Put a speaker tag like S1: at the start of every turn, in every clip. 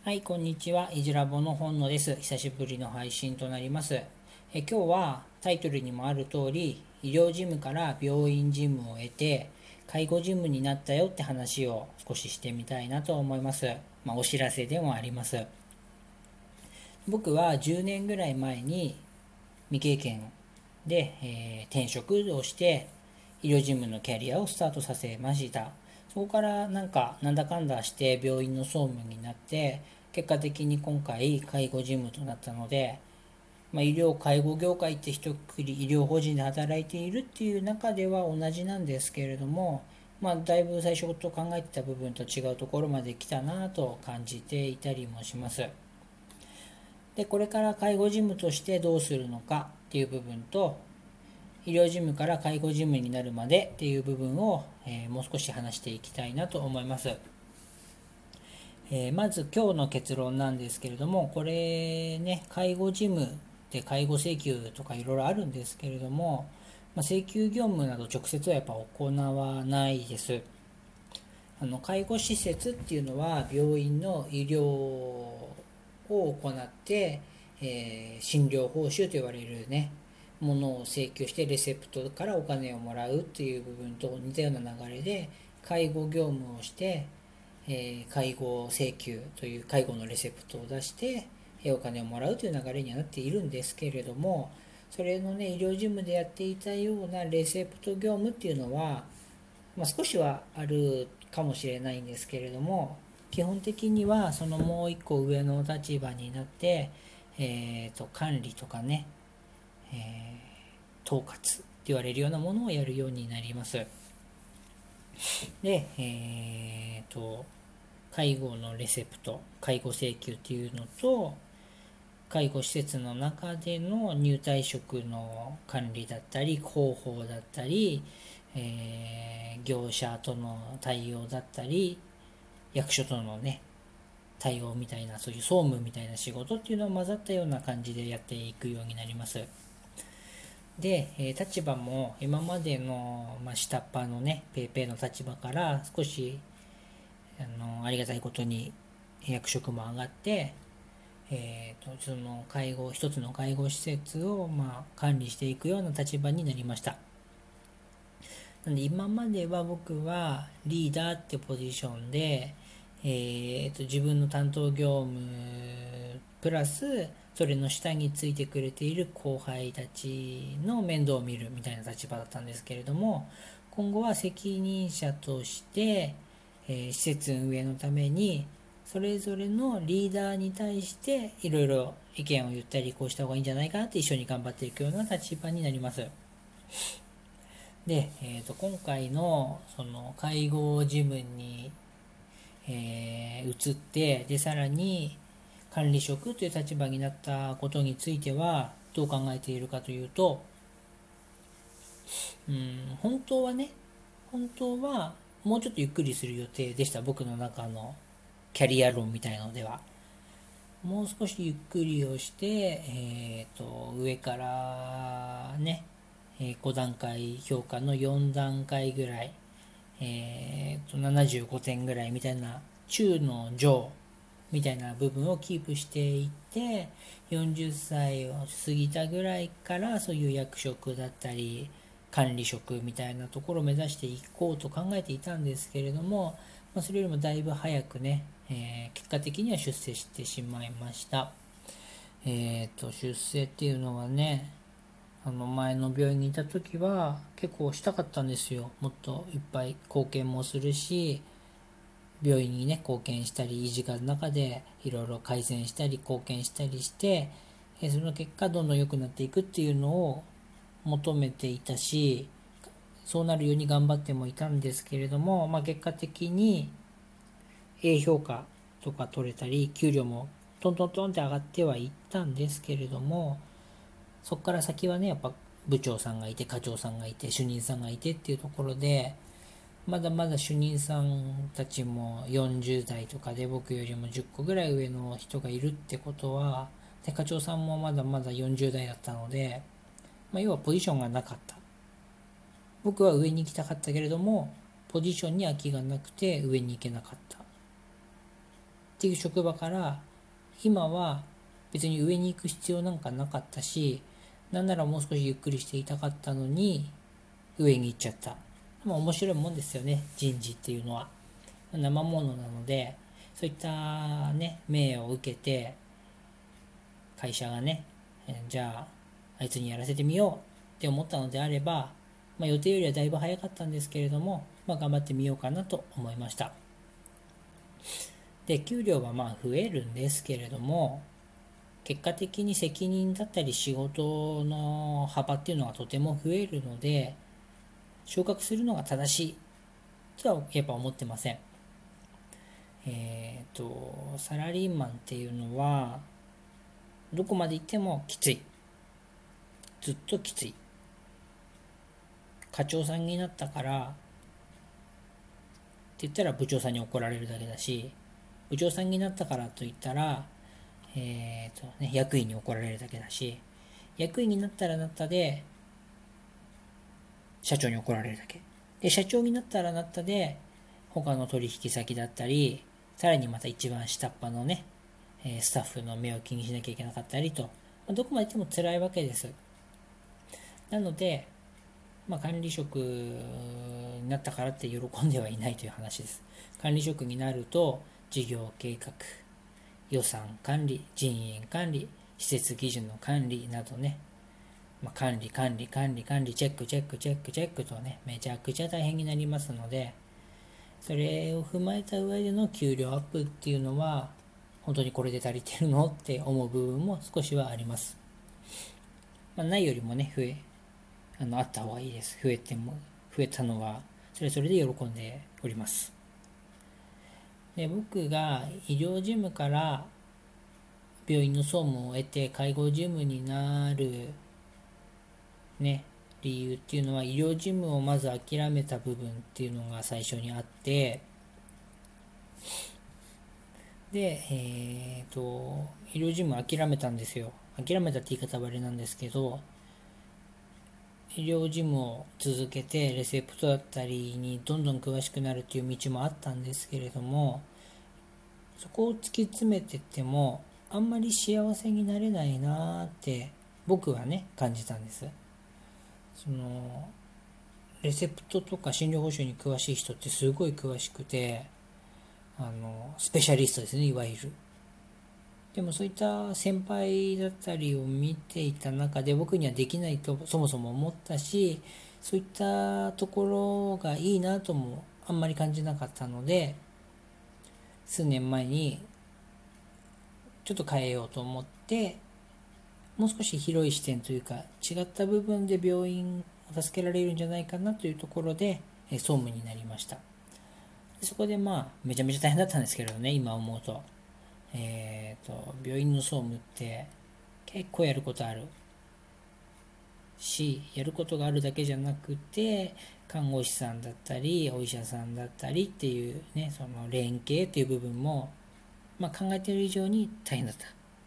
S1: はい、こんにちは。いじらぼの本野です。久しぶりの配信となります。今日はタイトルにもある通り、医療事務から病院事務を得て、介護事務になったよって話を少ししてみたいなと思います。お知らせでもあります。僕は10年ぐらい前に未経験で、転職をして医療事務のキャリアをスタートさせました。そこからなんだかんだして病院の総務になって、結果的に今回介護事務となったので、医療介護業界って一括り医療法人で働いているっていう中では同じなんですけれども、だいぶ最初と考えてた部分と違うところまで来たなと感じていたりもします。で、これから介護事務としてどうするのかっていう部分と、医療事務から介護事務になるまでっていう部分を、もう少し話していきたいなと思います。まず今日の結論なんですけれども、これね、介護事務で介護請求とかいろいろあるんですけれども、請求業務など直接はやっぱ行わないです。介護施設っていうのは病院の医療を行って、診療報酬と言われるねものを請求してレセプトからお金をもらうっていう部分と似たような流れで、介護業務をして、介護請求という介護のレセプトを出して、お金をもらうという流れにはなっているんですけれども、それのね医療事務でやっていたようなレセプト業務っていうのは、少しはあるかもしれないんですけれども、基本的にはそのもう一個上の立場になって、管理とかね、統括って言われるようなものをやるようになります。で、介護のレセプト、介護請求っていうのと、介護施設の中での入退職の管理だったり、広報だったり、業者との対応だったり、役所とのね、対応みたいな、そういう総務みたいな仕事っていうのを混ざったような感じでやっていくようになります。で、立場も今までの、下っ端のね、ペイペイの立場から少し、ありがたいことに役職も上がって、その一つの介護施設を、管理していくような立場になりました。なので今までは僕はリーダーってポジションで、自分の担当業務プラスそれの下についてくれている後輩たちの面倒を見るみたいな立場だったんですけれども、今後は責任者として、施設運営のためにそれぞれのリーダーに対していろいろ意見を言ったり、こうした方がいいんじゃないかなって一緒に頑張っていくような立場になります。で、今回のその介護事務に、移って、でさらに管理職という立場になったことについてはどう考えているかというと、本当はね、本当はもうちょっとゆっくりする予定でした。僕の中のキャリア論みたいなのでは。もう少しゆっくりをして、上からね、5段階評価の4段階ぐらい、75点ぐらいみたいな中の上みたいな部分をキープしていって、40歳を過ぎたぐらいからそういう役職だったり管理職みたいなところを目指していこうと考えていたんですけれども、それよりもだいぶ早くね、結果的には出世してしまいました。出世っていうのはね、前の病院にいた時は結構したかったんですよ。もっといっぱい貢献もするし、病院にね貢献したり、維持がの中でいろいろ改善したり貢献したりして、その結果どんどん良くなっていくっていうのを求めていたし、そうなるように頑張ってもいたんですけれども、結果的に A 評価とか取れたり、給料もトントントンって上がってはいったんですけれども、そこから先はね、やっぱ部長さんがいて課長さんがいて主任さんがいてっていうところで、まだまだ主任さんたちも40代とかで、僕よりも10個ぐらい上の人がいるってことは、で課長さんもまだまだ40代だったので、要はポジションがなかった。僕は上に行きたかったけれどもポジションに空きがなくて上に行けなかった。 っていう職場から今は別に上に行く必要なんかなかったし、なんならもう少しゆっくりしていたかったのに上に行っちゃった。面白いもんですよね、人事っていうのは。生ものなので、そういったね命を受けて会社がね、じゃああいつにやらせてみようって思ったのであれば、予定よりはだいぶ早かったんですけれども、頑張ってみようかなと思いました。で、給料は増えるんですけれども、結果的に責任だったり仕事の幅っていうのがとても増えるので、昇格するのが正しいとはやっぱ思ってません。サラリーマンっていうのはどこまで行ってもきつい、ずっときつい。課長さんになったからって言ったら部長さんに怒られるだけだし、部長さんになったからといったら、役員に怒られるだけだし、役員になったらなったで社長に怒られるだけで、社長になったらなったで他の取引先だったり、さらにまた一番下っ端のねスタッフの目を気にしなきゃいけなかったりと、どこまで行っても辛いわけです。なので、管理職になったからって喜んではいないという話です。管理職になると事業計画、予算管理、人員管理、施設基準の管理などね、管理管理管理管理チェックチェックチェックチェックとね、めちゃくちゃ大変になりますので、それを踏まえた上での給料アップっていうのは本当にこれで足りてるのって思う部分も少しはあります。ないよりもねあった方がいいです。増えたのはそれで喜んでおります。で、僕が医療事務から病院の総務を得て介護事務になるね理由っていうのは、医療事務をまず諦めた部分っていうのが最初にあって、で医療事務諦めたんですよ。諦めたって言い方はあれなんですけど、医療事務を続けてレセプトだったりにどんどん詳しくなるっていう道もあったんですけれども、そこを突き詰めてってもあんまり幸せになれないなって僕はね感じたんです。そのレセプトとか診療報酬に詳しい人ってすごい詳しくて、スペシャリストですね、いわゆる。でもそういった先輩だったりを見ていた中で、僕にはできないとそもそも思ったし、そういったところがいいなともあんまり感じなかったので、数年前にちょっと変えようと思って、もう少し広い視点というか違った部分で病院を助けられるんじゃないかなというところで総務になりました。そこでめちゃめちゃ大変だったんですけどね、今思うと。病院の総務って結構やることあるし、やることがあるだけじゃなくて、看護師さんだったりお医者さんだったりっていうね、その連携っていう部分も、考えている以上に大変だった。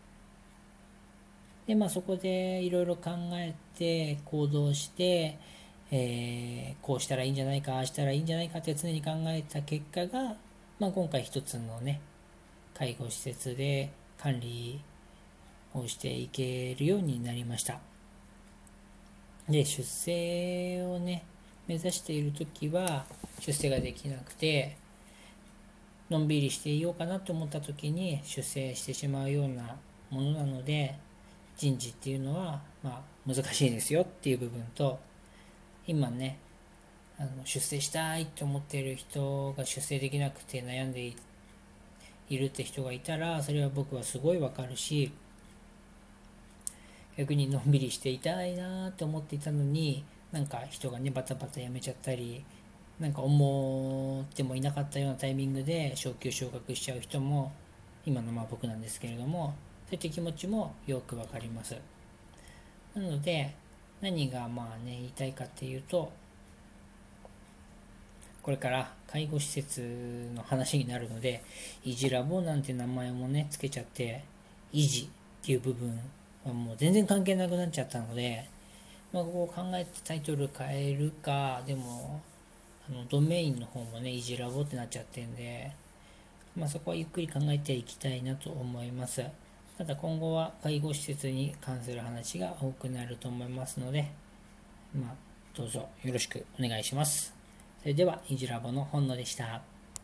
S1: でそこでいろいろ考えて行動して、こうしたらいいんじゃないか、ああしたらいいんじゃないかって常に考えた結果が、今回一つのね介護施設で管理をしていけるようになりました。で、出世をね目指している時は出世ができなくて、のんびりしていようかなと思った時に出世してしまうようなものなので、人事っていうのは難しいですよっていう部分と、今ね出世したいと思っている人が出世できなくて悩んでいるって人がいたら、それは僕はすごいわかるし、逆にのんびりしていたいなと思っていたのに、人がねバタバタ辞めちゃったり、思ってもいなかったようなタイミングで昇給昇格しちゃう人も今の僕なんですけれども、そういった気持ちもよくわかります。なので何が言いたいかっていうと、これから介護施設の話になるので、維持ラボなんて名前もねつけちゃって、維持っていう部分はもう全然関係なくなっちゃったので、ここを考えてタイトル変えるか、でもドメインの方もね維持ラボってなっちゃってんで、 そこはゆっくり考えていきたいなと思います。ただ今後は介護施設に関する話が多くなると思いますので、どうぞよろしくお願いします。それでは、イジラボの本野でした。